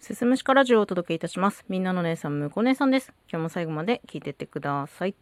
すすむしかラジオをお届けいたします。みんなの姉さん、むこ姉さんです。今日も最後まで聞いてってください。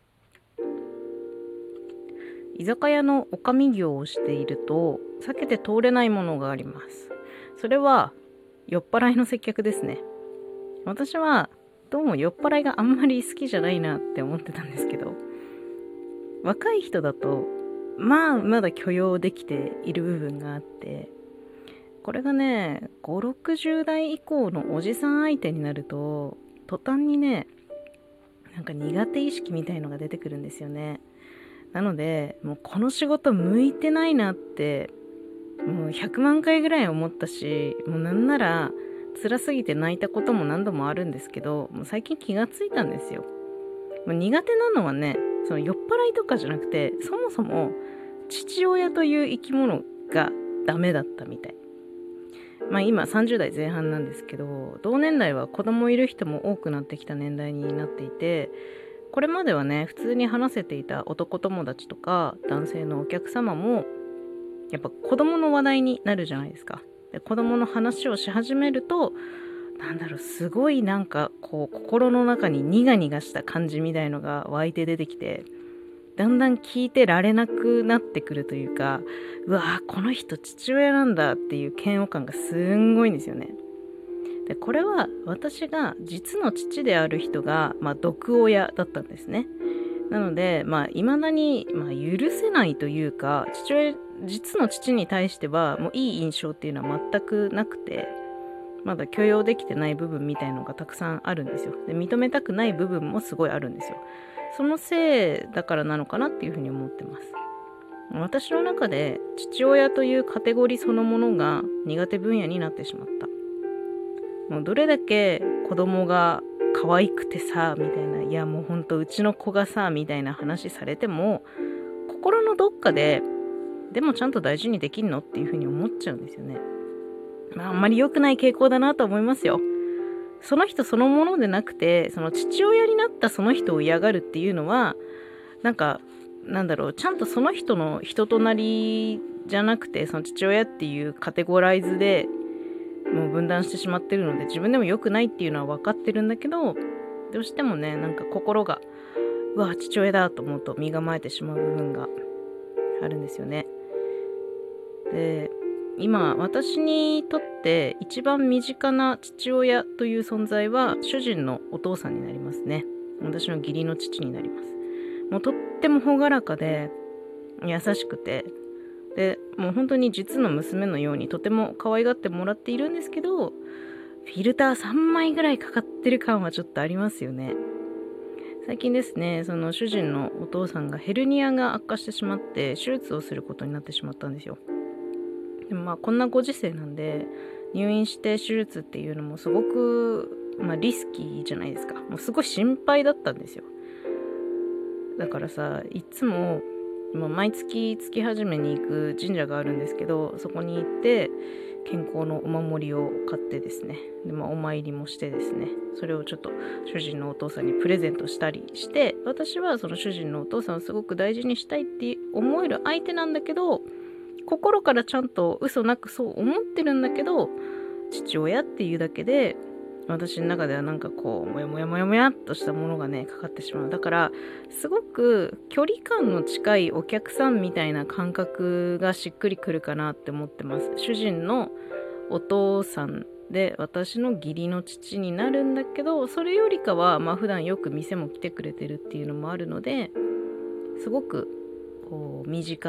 居酒屋のおかみ業をしていると避けて通れないものがあります。それは酔っ払いの接客ですね。私はどうも酔っ払いがあんまり好きじゃないなって思ってたんですけど、若い人だとまだ許容できている部分があって、これがね5、60代以降のおじさん相手になると途端にね、なんか苦手意識みたいのが出てくるんですよね。なのでもうこの仕事向いてないなってもう100万回ぐらい思ったし、もうなんなら辛すぎて泣いたことも何度もあるんですけど、もう最近気がついたんですよ。もう苦手なのはね、その酔っ払いとかじゃなくて、そもそも父親という生き物がダメだったみたい。今30代前半なんですけど、同年代は子供いる人も多くなってきた年代になっていて、これまではね普通に話せていた男友達とか男性のお客様もやっぱ子供の話題になるじゃないですか。で、子供の話をし始めると、すごいなんかこう心の中にニガニガした感じみたいのが湧いて出てきて、だんだん聞いてられなくなってくるというか、うわーこの人父親なんだっていう嫌悪感がすんごいんですよね。で、これは私が実の父である人が、毒親だったんですね。なので、未だに、許せないというか、実の父に対しては、もういい印象っていうのは全くなくて、まだ許容できてない部分みたいのがたくさんあるんですよ。で、認めたくない部分もすごいあるんですよ。そのせいだからなのかなっていうふうに思ってます。私の中で父親というカテゴリーそのものが苦手分野になってしまった。もうどれだけ子供が可愛くてさみたいな、いやもうほんとうちの子がさみたいな話されても、心のどっかででもちゃんと大事にできんのっていうふうに思っちゃうんですよね。あんまり良くない傾向だなと思いますよ。その人そのものでなくて、その父親になったその人を嫌がるっていうのは、ちゃんとその人の人となりじゃなくて、その父親っていうカテゴライズでもう分断してしまってるので、自分でも良くないっていうのは分かってるんだけど、どうしてもね、心がうわ父親だと思うと身構えてしまう部分があるんですよね。で、今私にとって一番身近な父親という存在は主人のお父さんになりますね。私の義理の父になります。もうとっても朗らかで優しくて、でもう本当に実の娘のようにとても可愛がってもらっているんですけど、フィルター3枚ぐらいかかってる感はちょっとありますよね。最近ですね、その主人のお父さんがヘルニアが悪化してしまって手術をすることになってしまったんですよ。でもこんなご時世なんで入院して手術っていうのもすごく、リスキーじゃないですか。もうすごい心配だったんですよ。だからさ、いつも毎月月始めに行く神社があるんですけど、そこに行って健康のお守りを買ってですね、で、お参りもしてですね、それをちょっと主人のお父さんにプレゼントしたりして、私はその主人のお父さんをすごく大事にしたいって思える相手なんだけど、心からちゃんと嘘なくそう思ってるんだけど、父親っていうだけで私の中ではもやもやもやもやっとしたものがねかかってしまう。だからすごく距離感の近いお客さんみたいな感覚がしっくりくるかなって思ってます。主人のお父さんで私の義理の父になるんだけど、それよりかは普段よく店も来てくれてるっていうのもあるので、すごくこう身近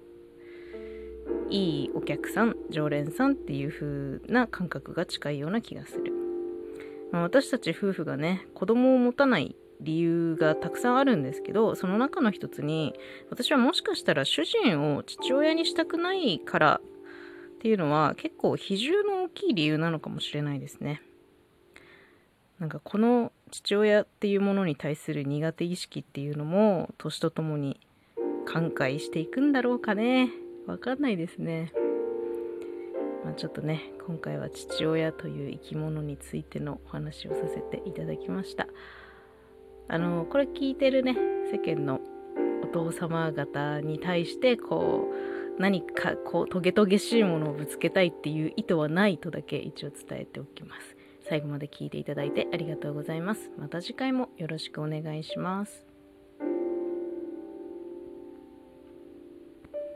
ないいお客さん、常連さんっていう風な感覚が近いような気がする。私たち夫婦がね、子供を持たない理由がたくさんあるんですけど、その中の一つに、私はもしかしたら主人を父親にしたくないからっていうのは結構比重の大きい理由なのかもしれないですね。この父親っていうものに対する苦手意識っていうのも年とともに寛解していくんだろうかね。わかんないですね。ちょっとね、今回は父親という生き物についてのお話をさせていただきました。これ聞いてるね、世間のお父様方に対して何かトゲトゲしいものをぶつけたいっていう意図はないとだけ一応伝えておきます。 最後まで聞いていただいてありがとうございます。また次回もよろしくお願いします。